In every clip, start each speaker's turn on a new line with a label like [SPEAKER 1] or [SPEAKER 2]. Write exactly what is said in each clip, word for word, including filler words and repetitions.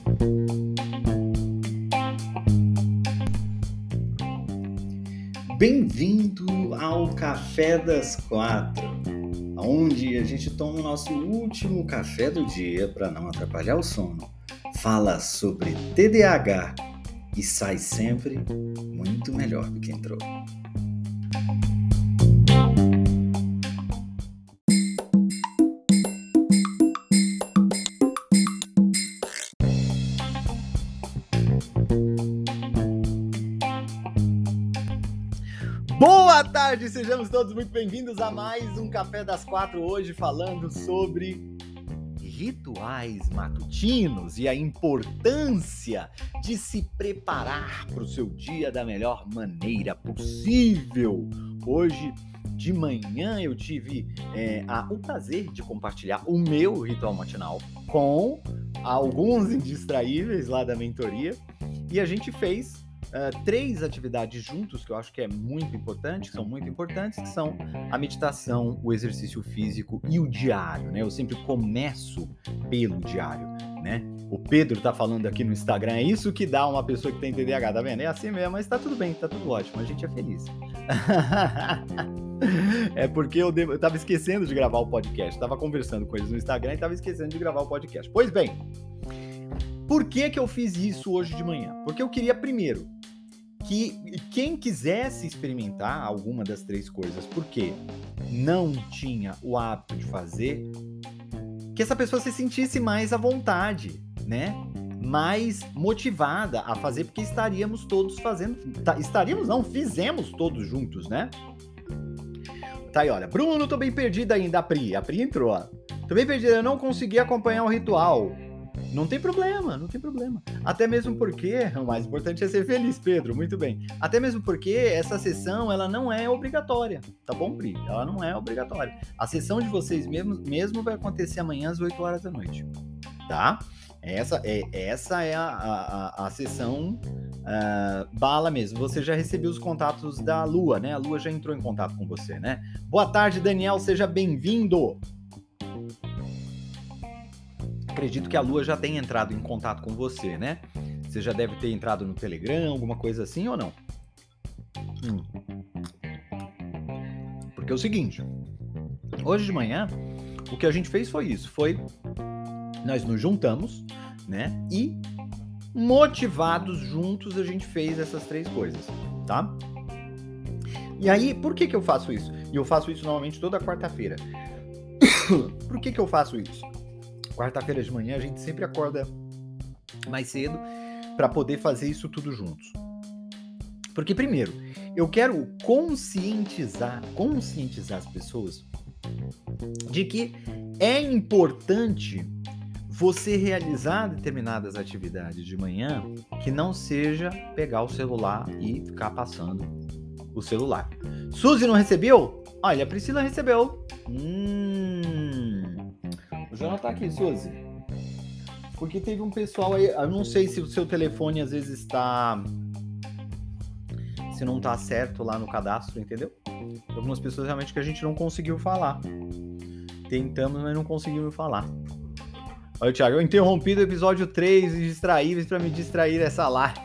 [SPEAKER 1] Bem-vindo ao Café das Quatro, onde a gente toma o nosso último café do dia para não atrapalhar o sono, fala sobre T D A H e sai sempre muito melhor do que entrou. Boa tarde, sejamos todos muito bem-vindos a mais um Café das Quatro, hoje falando sobre rituais matutinos e a importância de se preparar para o seu dia da melhor maneira possível. Hoje de manhã eu tive é, a, o prazer de compartilhar o meu ritual matinal com alguns indistraíveis lá da mentoria e a gente fez Uh, três atividades juntos que eu acho que é muito importante, que são muito importantes, que são a meditação, o exercício físico e o diário, né? Eu sempre começo pelo diário, né? O Pedro tá falando aqui no Instagram, é isso que dá uma pessoa que tem T D A H, tá vendo? É assim mesmo, mas tá tudo bem, tá tudo ótimo, a gente é feliz. É porque eu, devo, eu tava esquecendo de gravar o podcast, tava conversando com eles no Instagram e tava esquecendo de gravar o podcast. Pois bem, por que que eu fiz isso hoje de manhã? Porque eu queria primeiro que quem quisesse experimentar alguma das três coisas, porque não tinha o hábito de fazer, que essa pessoa se sentisse mais à vontade, né? Mais motivada a fazer, porque estaríamos todos fazendo, tá, estaríamos não, fizemos todos juntos, né? Tá aí, olha, Bruno, tô bem perdida ainda, a Pri, a Pri entrou, ó. Tô bem perdida, eu não consegui acompanhar o ritual. Não tem problema, não tem problema. Até mesmo porque, o mais importante é ser feliz, Pedro, muito bem. Até mesmo porque essa sessão, ela não é obrigatória, tá bom, Pri? Ela não é obrigatória. A sessão de vocês mesmo, mesmo vai acontecer amanhã às oito horas da noite, tá? Essa é, essa é a, a, a sessão uh, bala mesmo. Você já recebeu os contatos da Lua, né? A Lua já entrou em contato com você, né? Boa tarde, Daniel, seja bem-vindo! Acredito que a Lua já tenha entrado em contato com você, né? Você já deve ter entrado no Telegram, alguma coisa assim ou não? Hum. Porque é o seguinte, hoje de manhã, o que a gente fez foi isso, foi, nós nos juntamos, né? E motivados juntos a gente fez essas três coisas, tá? E aí, por que que eu faço isso? E eu faço isso normalmente toda quarta-feira. Por que que eu faço isso? Quarta-feira de manhã a gente sempre acorda mais cedo para poder fazer isso tudo juntos. Porque primeiro, eu quero conscientizar, conscientizar as pessoas de que é importante você realizar determinadas atividades de manhã que não seja pegar o celular e ficar passando o celular. Suzy não recebeu? Olha, a Priscila recebeu. Hum... O Jonathan tá aqui, Suzy. Porque teve um pessoal aí, eu não sei se o seu telefone às vezes está... se não tá certo lá no cadastro, entendeu? Tem algumas pessoas realmente que a gente não conseguiu falar. Tentamos, mas não conseguimos falar. Olha, Thiago, eu interrompi do episódio três e distraíveis para me distrair essa live.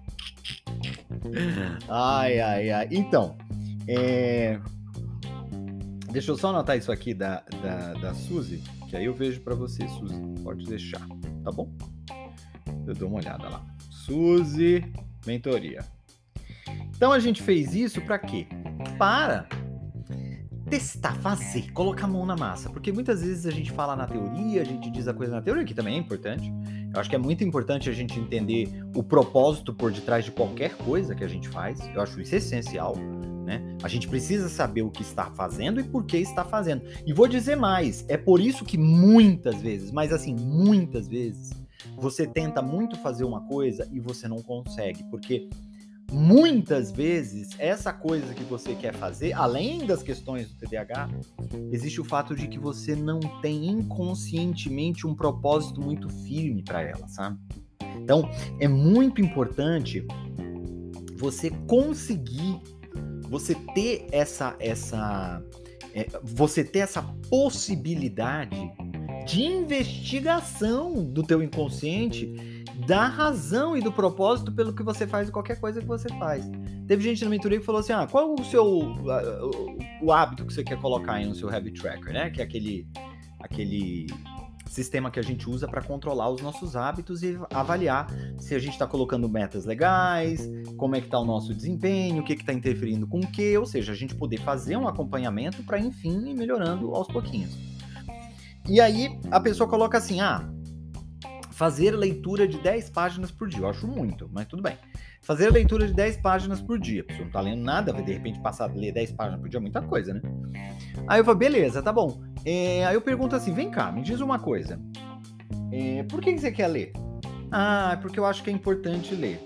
[SPEAKER 1] Ai, ai, ai. Então, é... deixa eu só anotar isso aqui da, da, da Suzy, que aí eu vejo pra você, Suzy. Pode deixar, tá bom? Eu dou uma olhada lá. Suzy, mentoria. Então a gente fez isso pra quê? Para testar, fazer, colocar a mão na massa. Porque muitas vezes a gente fala na teoria, a gente diz a coisa na teoria, que também é importante. Eu acho que é muito importante a gente entender o propósito por detrás de qualquer coisa que a gente faz. Eu acho isso essencial. Né? A gente precisa saber o que está fazendo e por que está fazendo. E vou dizer mais, é por isso que muitas vezes, mas assim, muitas vezes, você tenta muito fazer uma coisa e você não consegue, porque muitas vezes essa coisa que você quer fazer, além das questões do T D A H, existe o fato de que você não tem inconscientemente um propósito muito firme para ela, sabe? Então, é muito importante você conseguir você ter essa, essa, é, você ter essa possibilidade de investigação do teu inconsciente da razão e do propósito pelo que você faz e qualquer coisa que você faz. Teve gente na mentoria que falou assim, ah, qual o seu uh, o, o hábito que você quer colocar aí no seu habit tracker, né? Que é aquele, aquele sistema que a gente usa para controlar os nossos hábitos e avaliar se a gente está colocando metas legais, como é que está o nosso desempenho, o que está interferindo com o que, ou seja, a gente poder fazer um acompanhamento para, enfim, ir melhorando aos pouquinhos. E aí a pessoa coloca assim, ah, fazer leitura de dez páginas por dia. Eu acho muito, mas tudo bem. Fazer leitura de dez páginas por dia. A pessoa não tá lendo nada, vai de repente passar a ler dez páginas por dia, é muita coisa, né? Aí eu falo, beleza, tá bom. É, aí eu pergunto assim, vem cá, me diz uma coisa. É, por que você quer ler? Ah, é porque eu acho que é importante ler.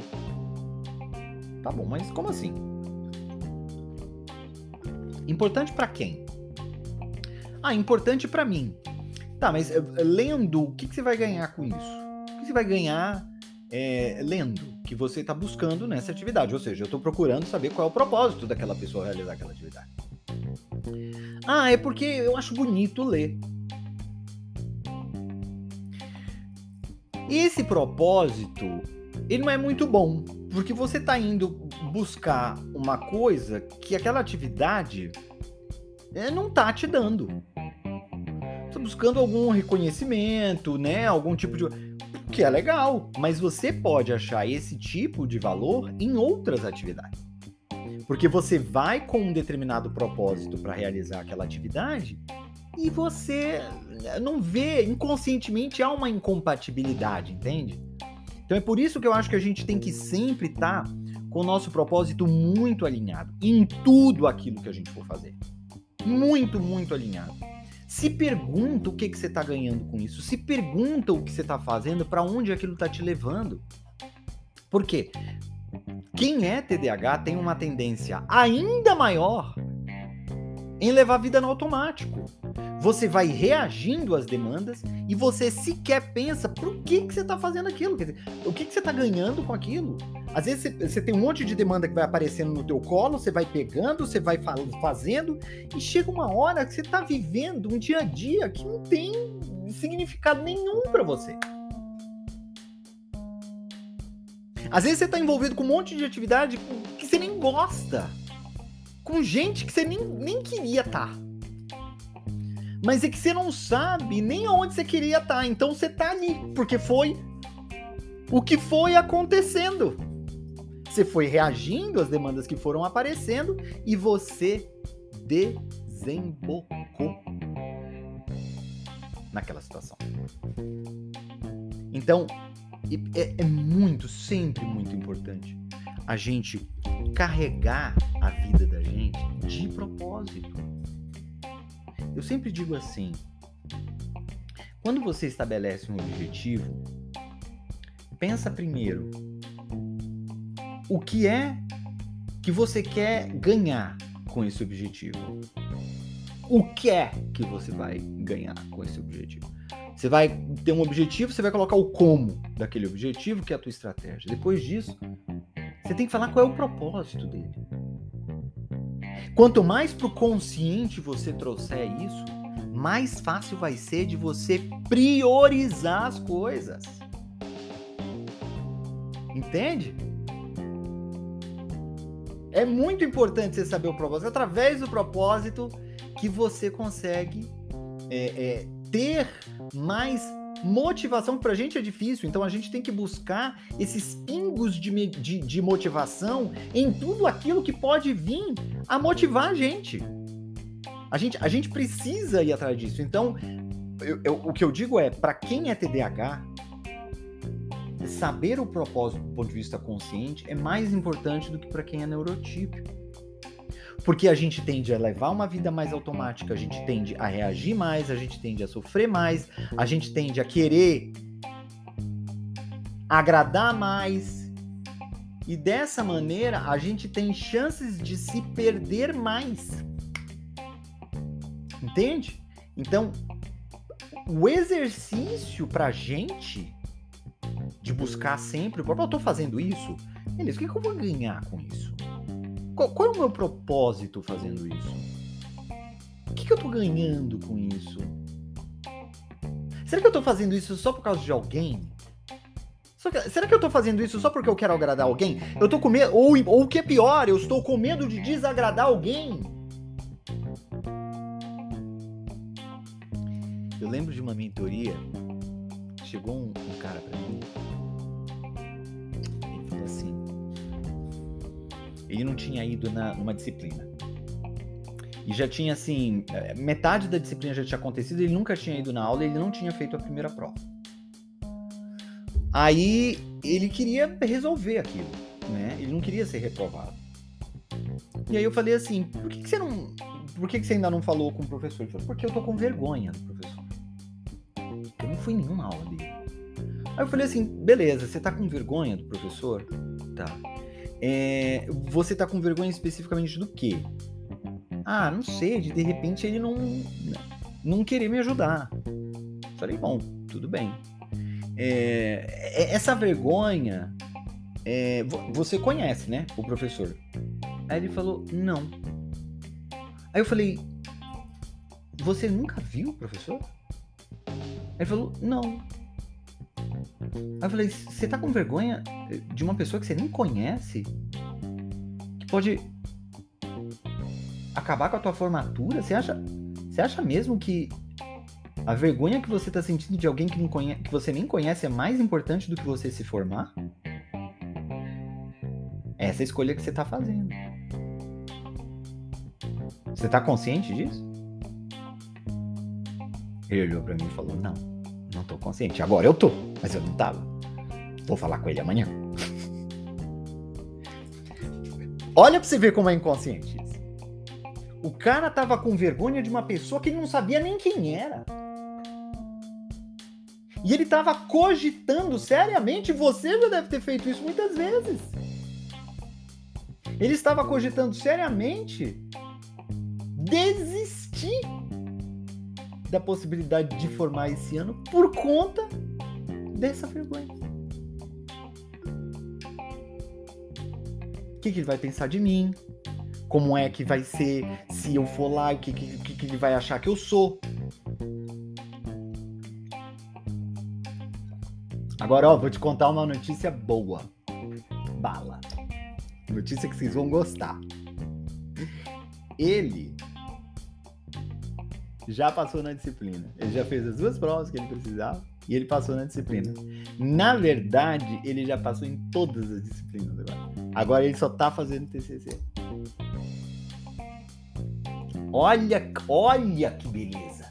[SPEAKER 1] Tá bom, mas como assim? Importante pra quem? Ah, importante pra mim. Tá, mas lendo, o que, que você vai ganhar com isso? O que você vai ganhar é, lendo? Que você está buscando nessa atividade. Ou seja, eu estou procurando saber qual é o propósito daquela pessoa realizar aquela atividade. Ah, é porque eu acho bonito ler. Esse propósito, ele não é muito bom. Porque você está indo buscar uma coisa que aquela atividade é, não está te dando. Buscando algum reconhecimento, né? Algum tipo de... que é legal, mas você pode achar esse tipo de valor em outras atividades. Porque você vai com um determinado propósito para realizar aquela atividade e você não vê, inconscientemente há uma incompatibilidade, entende? Então é por isso que eu acho que a gente tem que sempre estar com o nosso propósito muito alinhado em tudo aquilo que a gente for fazer. Muito, muito alinhado. Se pergunta o que, que você está ganhando com isso. Se pergunta o que você está fazendo, para onde aquilo está te levando. Por quê? Quem é T D A H tem uma tendência ainda maior em levar a vida no automático. Você vai reagindo às demandas e você sequer pensa por que, que você está fazendo aquilo. Quer dizer, o que, que você está ganhando com aquilo? Às vezes você, você tem um monte de demanda que vai aparecendo no teu colo, você vai pegando, você vai fazendo e chega uma hora que você está vivendo um dia a dia que não tem significado nenhum para você. Às vezes você está envolvido com um monte de atividade que você nem gosta, com gente que você nem, nem queria estar. Mas é que você não sabe nem aonde você queria estar. Então você tá ali, porque foi o que foi acontecendo. Você foi reagindo às demandas que foram aparecendo e você desembocou naquela situação. Então, é, é muito, sempre muito importante a gente carregar a vida da gente de propósito. Eu sempre digo assim, quando você estabelece um objetivo, pensa primeiro, o que é que você quer ganhar com esse objetivo? O que é que você vai ganhar com esse objetivo? Você vai ter um objetivo, você vai colocar o como daquele objetivo, que é a tua estratégia. Depois disso, você tem que falar qual é o propósito dele. Quanto mais pro consciente você trouxer isso, mais fácil vai ser de você priorizar as coisas. Entende? É muito importante você saber o propósito. Através do propósito que você consegue é, é, ter mais motivação. Pra gente é difícil, então a gente tem que buscar esses pingos de, de, de motivação em tudo aquilo que pode vir a motivar a gente. A gente, a gente precisa ir atrás disso. Então, eu, eu, o que eu digo é, para quem é T D A H, saber o propósito do ponto de vista consciente é mais importante do que para quem é neurotípico. Porque a gente tende a levar uma vida mais automática, a gente tende a reagir mais, a gente tende a sofrer mais, a gente tende a querer agradar mais. E dessa maneira, a gente tem chances de se perder mais. Entende? Então, o exercício pra gente de buscar sempre, eu tô fazendo isso, beleza, o que, que eu vou ganhar com isso? Qual, qual é o meu propósito fazendo isso? O que, que eu tô ganhando com isso? Será que eu tô fazendo isso só por causa de alguém? Só que, será que eu tô fazendo isso só porque eu quero agradar alguém? Eu tô com medo, ou, ou o que é pior, eu estou com medo de desagradar alguém. Eu lembro de uma mentoria, chegou um, um cara pra mim, ele falou assim, ele não tinha ido na, numa disciplina. E já tinha, assim, metade da disciplina já tinha acontecido, ele nunca tinha ido na aula, ele não tinha feito a primeira prova. Aí, ele queria resolver aquilo, né? Ele não queria ser reprovado. E aí eu falei assim, por que, que você não... Por que, que você ainda não falou com o professor? Ele falou, porque eu tô com vergonha do professor. Eu não fui em nenhuma aula dele. Aí eu falei assim, beleza, você tá com vergonha do professor? Tá. É, você tá com vergonha especificamente do quê? Ah, não sei, de, de repente ele não, não querer me ajudar. Falei, bom, tudo bem. É, essa vergonha, é, você conhece, né, o professor? Aí ele falou, não. Aí eu falei, você nunca viu o professor? Aí ele falou, não. Aí eu falei, você tá com vergonha de uma pessoa que você nem conhece? Que pode acabar com a tua formatura? Você acha, você acha mesmo que a vergonha que você tá sentindo de alguém que, não conhece, que você nem conhece é mais importante do que você se formar? Essa é a escolha que você tá fazendo. Você tá consciente disso? Ele olhou pra mim e falou, não, não tô consciente. Agora eu tô, mas eu não tava. Vou falar com ele amanhã. Olha pra você ver como é inconsciente isso. O cara tava com vergonha de uma pessoa que ele não sabia nem quem era. E ele tava cogitando seriamente, você já deve ter feito isso muitas vezes. Ele estava cogitando seriamente desistir da possibilidade de formar esse ano por conta dessa vergonha. O que, que ele vai pensar de mim? Como é que vai ser se eu for lá? O que, que, que ele vai achar que eu sou? Agora, ó, vou te contar uma notícia boa. Bala. Notícia que vocês vão gostar. Ele já passou na disciplina. Ele já fez as duas provas que ele precisava e ele passou na disciplina. Na verdade, ele já passou em todas as disciplinas agora. Agora ele só tá fazendo T C C. Olha, olha que beleza.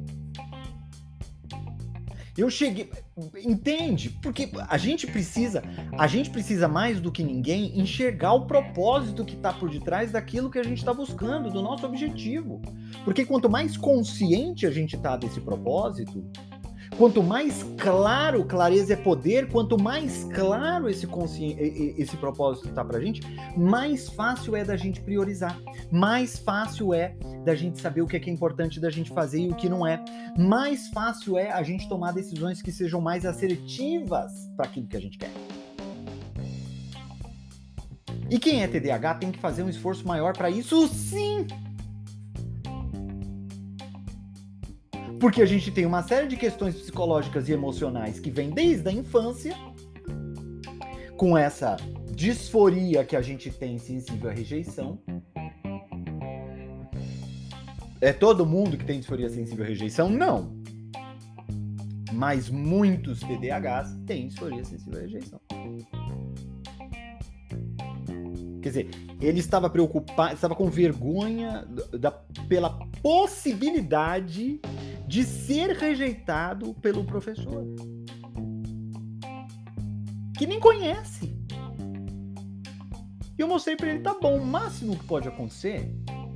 [SPEAKER 1] Eu cheguei... Entende? Porque a gente precisa, a gente precisa mais do que ninguém enxergar o propósito que está por detrás daquilo que a gente está buscando, do nosso objetivo. Porque quanto mais consciente a gente está desse propósito, quanto mais claro, clareza é poder, quanto mais claro esse, consci... esse propósito está pra gente, mais fácil é da gente priorizar, mais fácil é da gente saber o que é, que é importante da gente fazer e o que não é, mais fácil é a gente tomar decisões que sejam mais assertivas para aquilo que a gente quer. E quem é T D A H tem que fazer um esforço maior para isso, sim! Porque a gente tem uma série de questões psicológicas e emocionais que vêm desde a infância, com essa disforia que a gente tem sensível à rejeição. É todo mundo que tem disforia sensível à rejeição? Não. Mas muitos T D A Hs têm disforia sensível à rejeição. Quer dizer, ele estava preocupado, estava com vergonha da, pela possibilidade de ser rejeitado pelo professor, que nem conhece. E eu mostrei para ele, tá bom, o máximo que pode acontecer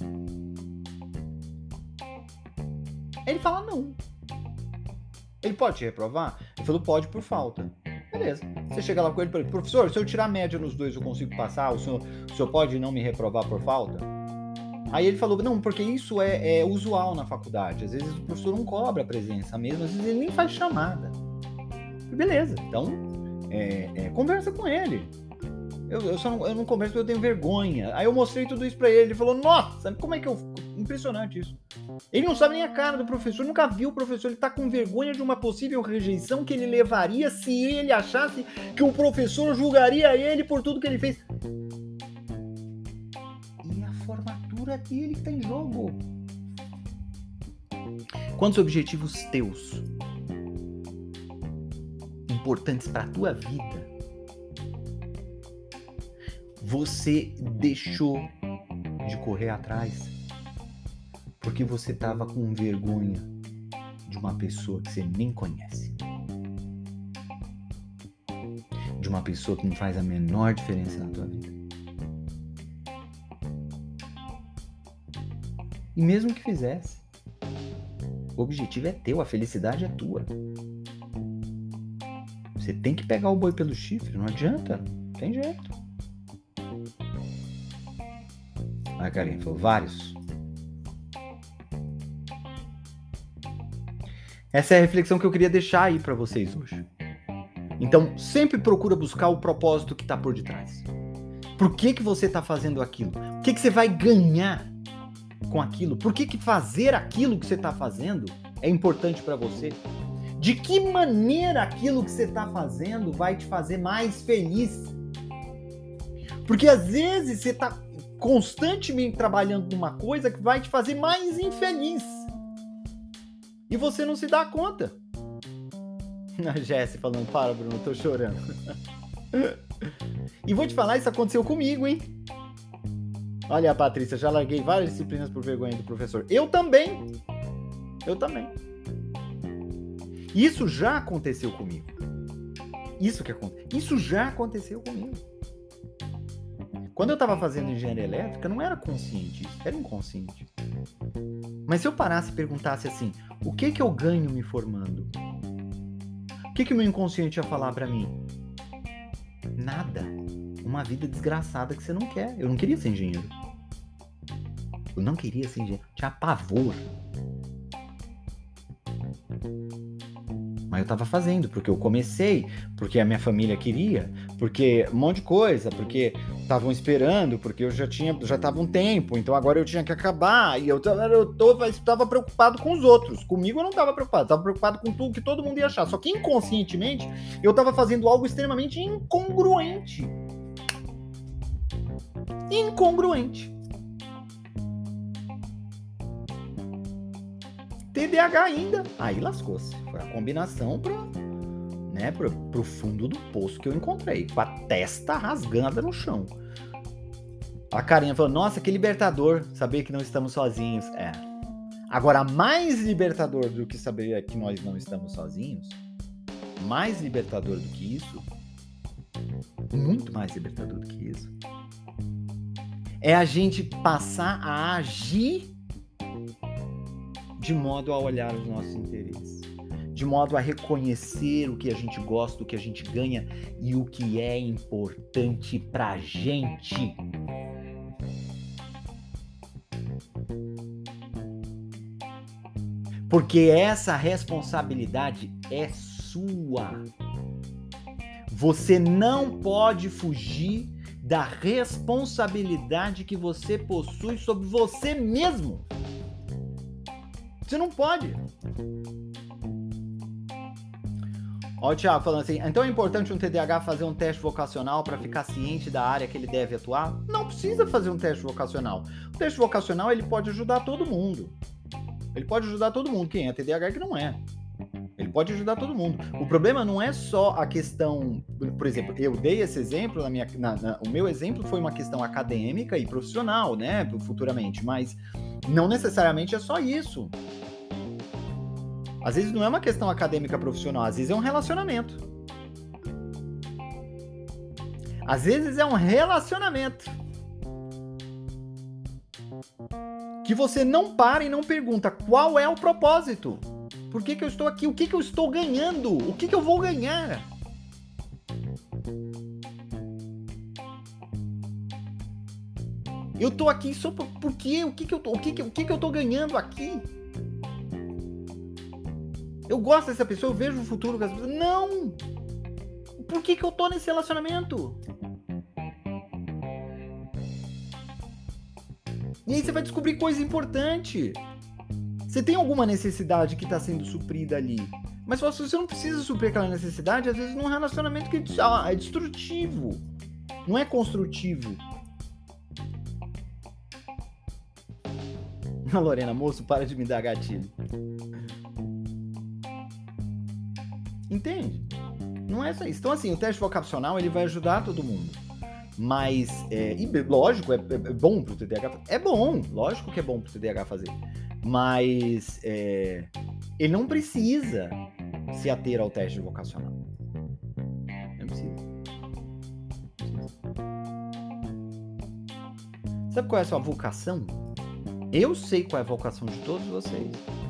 [SPEAKER 1] é ele falar não. Ele pode te reprovar? Ele falou, pode por falta. Beleza. Você chega lá com ele e fala, professor, se eu tirar a média nos dois eu consigo passar? O senhor, o senhor pode não me reprovar por falta? Aí ele falou, não, porque isso é, é usual na faculdade. Às vezes o professor não cobra a presença mesmo, às vezes ele nem faz chamada. Beleza, então é, é, conversa com ele. Eu, eu, só não, eu não converso porque eu tenho vergonha. Aí eu mostrei tudo isso pra ele, ele falou, nossa, como é que eu impressionante isso. Ele não sabe nem a cara do professor, nunca viu o professor, ele tá com vergonha de uma possível rejeição que ele levaria se ele achasse que o professor julgaria ele por tudo que ele fez. E a formatura dele que tá em jogo. Quantos objetivos teus importantes para a tua vida você deixou de correr atrás porque você tava com vergonha de uma pessoa que você nem conhece, de uma pessoa que não faz a menor diferença na tua vida? E mesmo que fizesse, o objetivo é teu, a felicidade é tua. Você tem que pegar o boi pelo chifre, não adianta, não tem jeito. A Karine falou, vários. Essa é a reflexão que eu queria deixar aí para vocês hoje. Então, sempre procura buscar o propósito que está por detrás. Por que que você está fazendo aquilo? O que que você vai ganhar com aquilo? Por que que fazer aquilo que você está fazendo é importante para você? De que maneira aquilo que você está fazendo vai te fazer mais feliz? Porque às vezes você está constantemente trabalhando numa coisa que vai te fazer mais infeliz. E você não se dá conta. A Jéssica falando, para Bruno, eu tô chorando. E vou te falar, isso aconteceu comigo, hein? Olha a Patrícia, já larguei várias disciplinas por vergonha do professor. Eu também. Eu também. Isso já aconteceu comigo. Isso que aconteceu. Isso já aconteceu comigo. Quando eu estava fazendo engenharia elétrica, não era consciente isso, era inconsciente. Mas se eu parasse e perguntasse assim, o que que eu ganho me formando? O que que o meu inconsciente ia falar para mim? Nada. Uma vida desgraçada que você não quer. Eu não queria ser engenheiro. Eu não queria ser engenheiro. Tinha pavor. Mas eu tava fazendo, porque eu comecei, porque a minha família queria, porque um monte de coisa, porque estavam esperando, porque eu já tinha, já tava um tempo, então agora eu tinha que acabar, e eu, eu, tô, eu tava preocupado com os outros. Comigo eu não tava preocupado, eu tava preocupado com tudo que todo mundo ia achar. Só que inconscientemente, eu tava fazendo algo extremamente incongruente. Incongruente. T D A H ainda, aí lascou-se. Foi a combinação pro, né, pro, pro fundo do poço que eu encontrei, com a testa rasgada no chão. A Carinha falou, nossa, que libertador saber que não estamos sozinhos. É. Agora, mais libertador do que saber que nós não estamos sozinhos, mais libertador do que isso, muito mais libertador do que isso, é a gente passar a agir de modo a olhar os nossos interesses, de modo a reconhecer o que a gente gosta, o que a gente ganha e o que é importante pra gente. Porque essa responsabilidade é sua. Você não pode fugir da responsabilidade que você possui sobre você mesmo. Você não pode. Ó, o Thiago falando assim, então é importante um T D A H fazer um teste vocacional para ficar ciente da área que ele deve atuar? Não precisa fazer um teste vocacional. O teste vocacional, ele pode ajudar todo mundo. Ele pode ajudar todo mundo. Quem é T D A H que não é. Ele pode ajudar todo mundo. O problema não é só a questão... Por exemplo, eu dei esse exemplo, na minha, na, na, o meu exemplo foi uma questão acadêmica e profissional, né, futuramente, mas não necessariamente é só isso. Às vezes não é uma questão acadêmica profissional, às vezes é um relacionamento. Às vezes é um relacionamento. Que você não para e não pergunta qual é o propósito. Por que que eu estou aqui? O que que eu estou ganhando? O que que eu vou ganhar? Eu tô aqui só por, por quê? O que que eu tô, o que que, o que que eu tô ganhando aqui? Eu gosto dessa pessoa, eu vejo o futuro com essa pessoa. Não! Por que que eu tô nesse relacionamento? E aí você vai descobrir coisa importante. Você tem alguma necessidade que está sendo suprida ali. Mas você não precisa suprir aquela necessidade, às vezes, num relacionamento que é destrutivo. Não é construtivo. A Lorena, moço, para de me dar gatilho. Entende? Não é só isso. Então, assim, o teste vocacional, ele vai ajudar todo mundo. Mas, é, e lógico, é, é bom pro T D A H. É bom, lógico que é bom pro T D A H fazer. Mas, é, ele não precisa se ater ao teste vocacional. Não precisa. Não precisa. Sabe qual é a sua vocação? Eu sei qual é a vocação de todos vocês.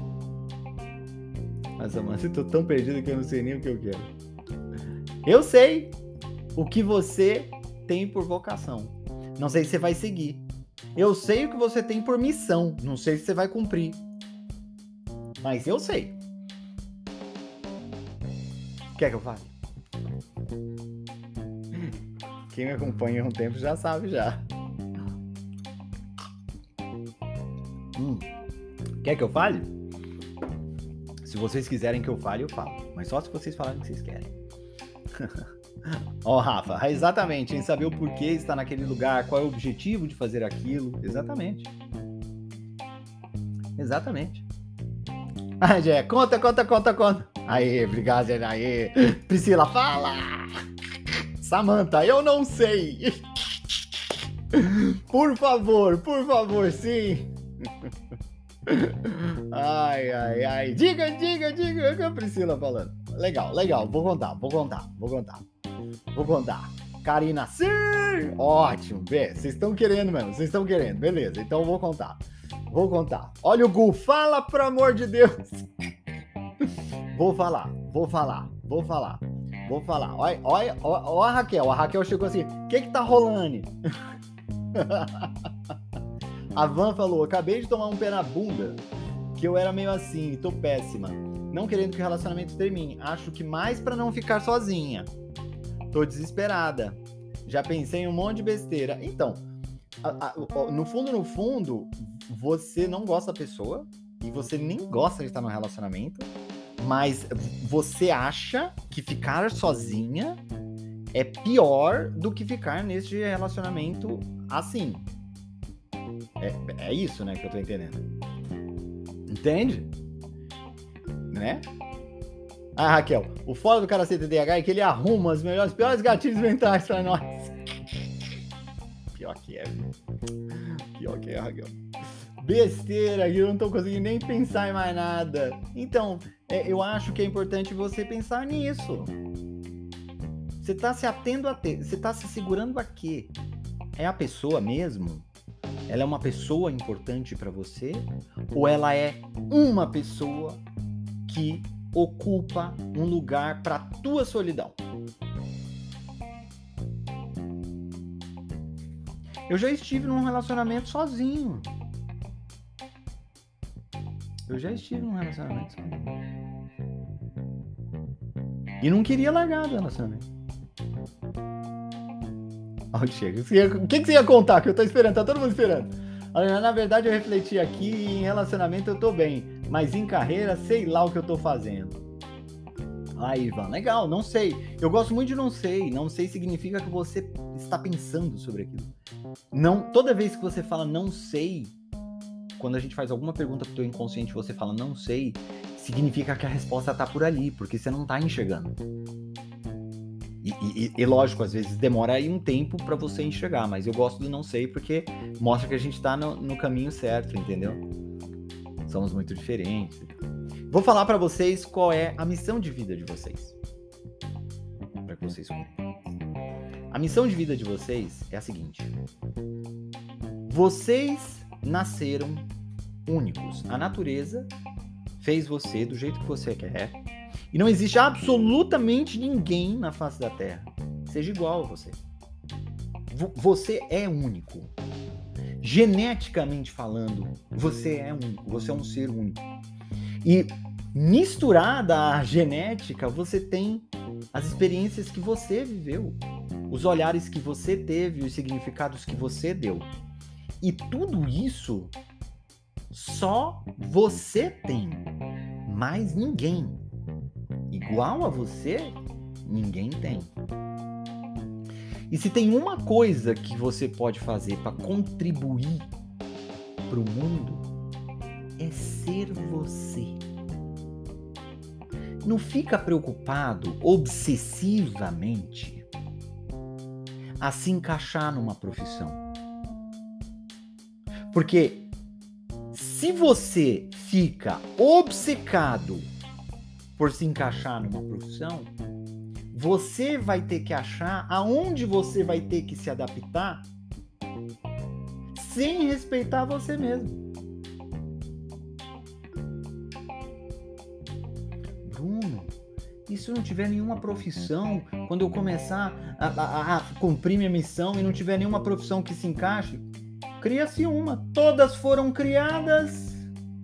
[SPEAKER 1] Mas, Amanda, eu tô tão perdido que eu não sei nem o que eu quero. Eu sei o que você tem por vocação. Não sei se você vai seguir. Eu sei o que você tem por missão. Não sei se você vai cumprir. Mas eu sei. Quer que eu fale? Quem me acompanha há um tempo já sabe já. Hum. Quer que eu fale? Se vocês quiserem que eu fale, eu falo. Mas só se vocês falarem que vocês querem. Ó, oh, Rafa, exatamente, em saber o porquê está naquele lugar, qual é o objetivo de fazer aquilo. Exatamente. Exatamente. Ah, Jé, conta, conta, conta, conta. Aê, obrigado, Jé, aê. Priscila, fala! Samantha, eu não sei. Por favor, por favor, sim. Ai, ai, ai. Diga, diga, diga. A Priscila falando. Legal, legal. Vou contar, vou contar, vou contar. Vou contar. Karina, sim! Ótimo, Bê. Vocês estão querendo mesmo, vocês estão querendo. Beleza, então eu vou contar. Vou contar. Olha o Gu, fala, pelo amor de Deus. Vou falar, vou falar, vou falar. Vou falar. Olha, olha, olha a Raquel. A Raquel chegou assim. O que que tá rolando? A Van falou, acabei de tomar um pé na bunda, que eu era meio assim, tô péssima. Não querendo que o relacionamento termine. Acho que mais pra não ficar sozinha. Tô desesperada. Já pensei em um monte de besteira. Então, a, a, no fundo, no fundo, você não gosta da pessoa e você nem gosta de estar no relacionamento, mas você acha que ficar sozinha é pior do que ficar nesse relacionamento assim. É, é isso, né, que eu tô entendendo. Entende? Né? Ah, Raquel, o foda do cara ser T D A H é que ele arruma os melhores, piores gatilhos mentais pra nós. Pior que é, viu? Pior que é, Raquel. Besteira, eu não tô conseguindo nem pensar em mais nada. Então, é, eu acho que é importante você pensar nisso. Você tá se atendo a ter, você tá se segurando a quê? É a pessoa mesmo? Ela é uma pessoa importante pra você? Ou ela é uma pessoa que ocupa um lugar pra tua solidão? Eu já estive num relacionamento sozinho. Eu já estive num relacionamento sozinho. E não queria largar do relacionamento. Onde chega? O que, que você ia contar? Que eu tô esperando, tá todo mundo esperando. Olha, na verdade eu refleti aqui e em relacionamento eu tô bem, mas em carreira sei lá o que eu tô fazendo. Aí, Ivan, legal, não sei. Eu gosto muito de não sei. Não sei significa que você está pensando sobre aquilo. Não, toda vez que você fala não sei, quando a gente faz alguma pergunta pro teu inconsciente e você fala não sei, significa que a resposta tá por ali, porque você não tá enxergando. E, e, e lógico, às vezes demora aí um tempo pra você enxergar, mas eu gosto do não sei porque mostra que a gente tá no, no caminho certo, entendeu? Somos muito diferentes. Vou falar pra vocês qual é a missão de vida de vocês. Pra que vocês cumpram. A missão de vida de vocês é a seguinte. Vocês nasceram únicos. A natureza fez você do jeito que você quer. E não existe absolutamente ninguém na face da Terra que seja igual a você. Você é único. Geneticamente falando, você é único. Você é um ser único. E misturada à genética, você tem as experiências que você viveu, os olhares que você teve, os significados que você deu. E tudo isso só você tem, mais ninguém. Igual a você, ninguém tem. E se tem uma coisa que você pode fazer para contribuir para o mundo, é ser você. Não fica preocupado obsessivamente a se encaixar numa profissão. Porque se você fica obcecado por se encaixar numa profissão, você vai ter que achar aonde você vai ter que se adaptar sem respeitar você mesmo. Bruno, e se eu não tiver nenhuma profissão, quando eu começar a, a, a cumprir minha missão e não tiver nenhuma profissão que se encaixe, cria-se uma. Todas foram criadas...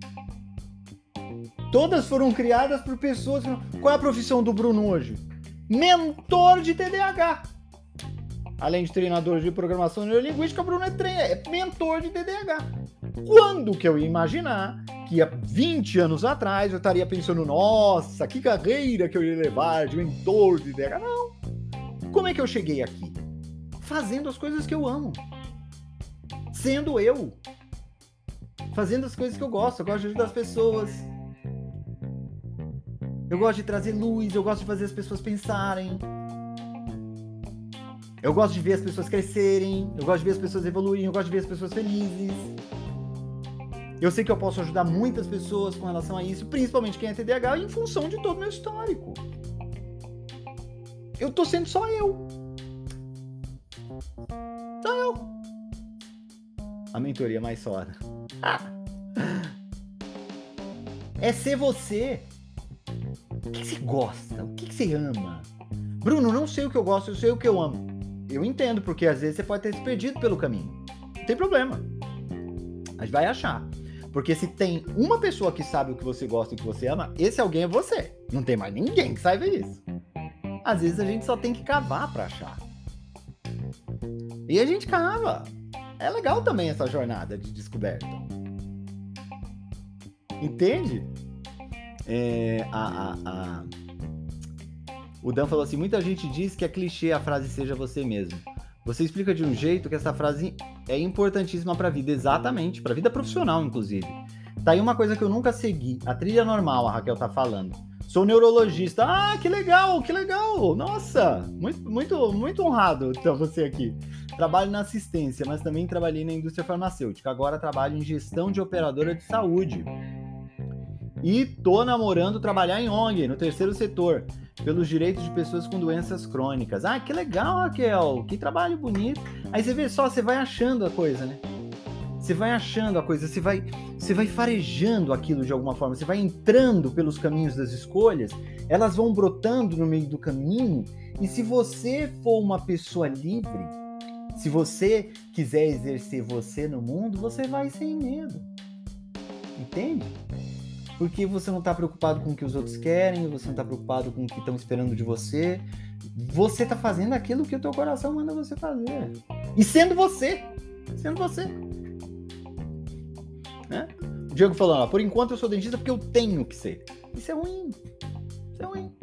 [SPEAKER 1] Todas foram criadas por pessoas... Qual é a profissão do Bruno hoje? Mentor de T D A H. Além de treinador de programação neurolinguística, o Bruno é, trein... é mentor de T D A H. Quando que eu ia imaginar que há vinte anos atrás eu estaria pensando, nossa, que carreira que eu ia levar de mentor de T D A H? Não. Como é que eu cheguei aqui? Fazendo as coisas que eu amo. Sendo eu. Fazendo as coisas que eu gosto. Eu gosto de ajudar as pessoas. Eu gosto de trazer luz, eu gosto de fazer as pessoas pensarem. Eu gosto de ver as pessoas crescerem, eu gosto de ver as pessoas evoluírem, eu gosto de ver as pessoas felizes. Eu sei que eu posso ajudar muitas pessoas com relação a isso, principalmente quem é T D A H, em função de todo o meu histórico. Eu tô sendo só eu. Só eu. A mentoria mais foda. É ser você. O que você gosta? O que você ama? Bruno, não sei o que eu gosto, eu sei o que eu amo. Eu entendo, porque às vezes você pode ter se perdido pelo caminho. Não tem problema. A gente vai achar. Porque se tem uma pessoa que sabe o que você gosta e o que você ama, esse alguém é você. Não tem mais ninguém que saiba isso. Às vezes a gente só tem que cavar pra achar. E a gente cava. É legal também essa jornada de descoberta. Entende? É, a, a, a... O Dan falou assim, muita gente diz que é clichê a frase seja você mesmo. Você explica de um jeito que essa frase é importantíssima pra vida, exatamente, pra vida profissional, inclusive. Tá aí uma coisa que eu nunca segui, a trilha normal, a Raquel tá falando. Sou neurologista. Ah, que legal, que legal. Nossa, muito, muito, muito honrado ter você aqui. Trabalho na assistência, mas também trabalhei na indústria farmacêutica. Agora trabalho em gestão de operadora de saúde. E tô namorando trabalhar em O N G, no terceiro setor, pelos direitos de pessoas com doenças crônicas. Ah, que legal, Raquel, que trabalho bonito. Aí você vê só, você vai achando a coisa, né? Você vai achando a coisa, você vai, você vai farejando aquilo de alguma forma, você vai entrando pelos caminhos das escolhas, elas vão brotando no meio do caminho, e se você for uma pessoa livre, se você quiser exercer você no mundo, você vai sem medo. Entende? Porque você não está preocupado com o que os outros querem, você não está preocupado com o que estão esperando de você. Você está fazendo aquilo que o teu coração manda você fazer. E sendo você. Sendo você. Né? O Diego falando, ó, por enquanto eu sou dentista porque eu tenho que ser. Isso é ruim. Isso é ruim.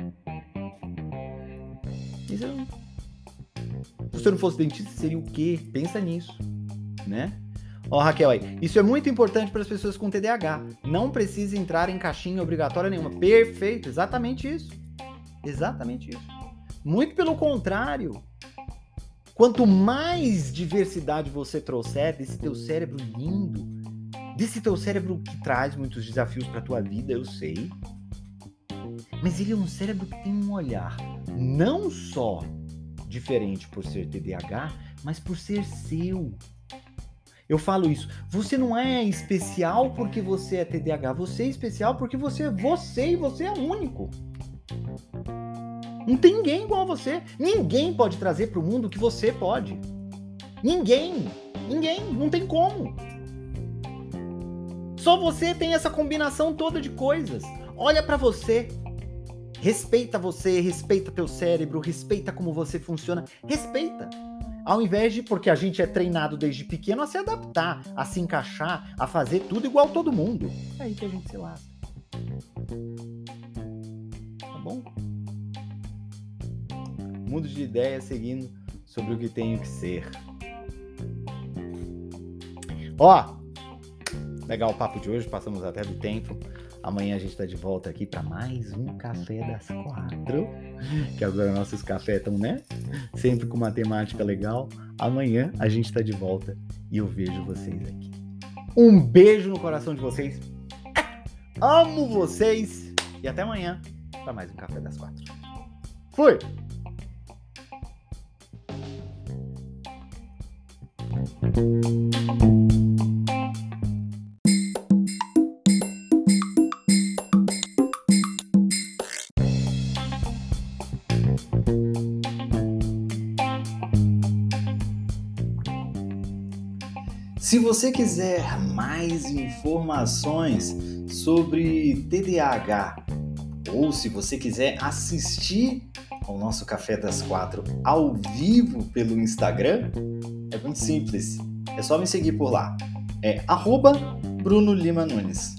[SPEAKER 1] Isso é ruim. Se você não fosse dentista, seria o quê? Pensa nisso. Né? Ó, Raquel aí, isso é muito importante para as pessoas com T D A H. Não precisa entrar em caixinha obrigatória nenhuma. Perfeito, exatamente isso. Exatamente isso. Muito pelo contrário. Quanto mais diversidade você trouxer desse teu cérebro lindo, desse teu cérebro que traz muitos desafios para tua vida, eu sei. Mas ele é um cérebro que tem um olhar não só diferente por ser T D A H, mas por ser seu. Eu falo isso, você não é especial porque você é T D A H, você é especial porque você é você e você é único. Não tem ninguém igual a você, ninguém pode trazer para o mundo o que você pode. Ninguém, ninguém, não tem como. Só você tem essa combinação toda de coisas. Olha para você, respeita você, respeita teu cérebro, respeita como você funciona, respeita. Ao invés de, porque a gente é treinado desde pequeno a se adaptar, a se encaixar, a fazer tudo igual todo mundo. É aí que a gente se lasca. Tá bom? Mundo de ideias seguindo sobre o que tenho que ser. Ó, legal o papo de hoje, passamos até do tempo. Amanhã a gente tá de volta aqui para mais um Café das Quatro. Que agora nossos cafés estão, né? Sempre com uma temática legal. Amanhã a gente tá de volta e eu vejo vocês aqui. Um beijo no coração de vocês. Amo vocês. E até amanhã para mais um Café das Quatro. Fui!
[SPEAKER 2] Se você quiser mais informações sobre T D A H ou se você quiser assistir ao nosso Café das Quatro ao vivo pelo Instagram, é muito simples. É só me seguir por lá. É arroba Bruno Lima Nunes.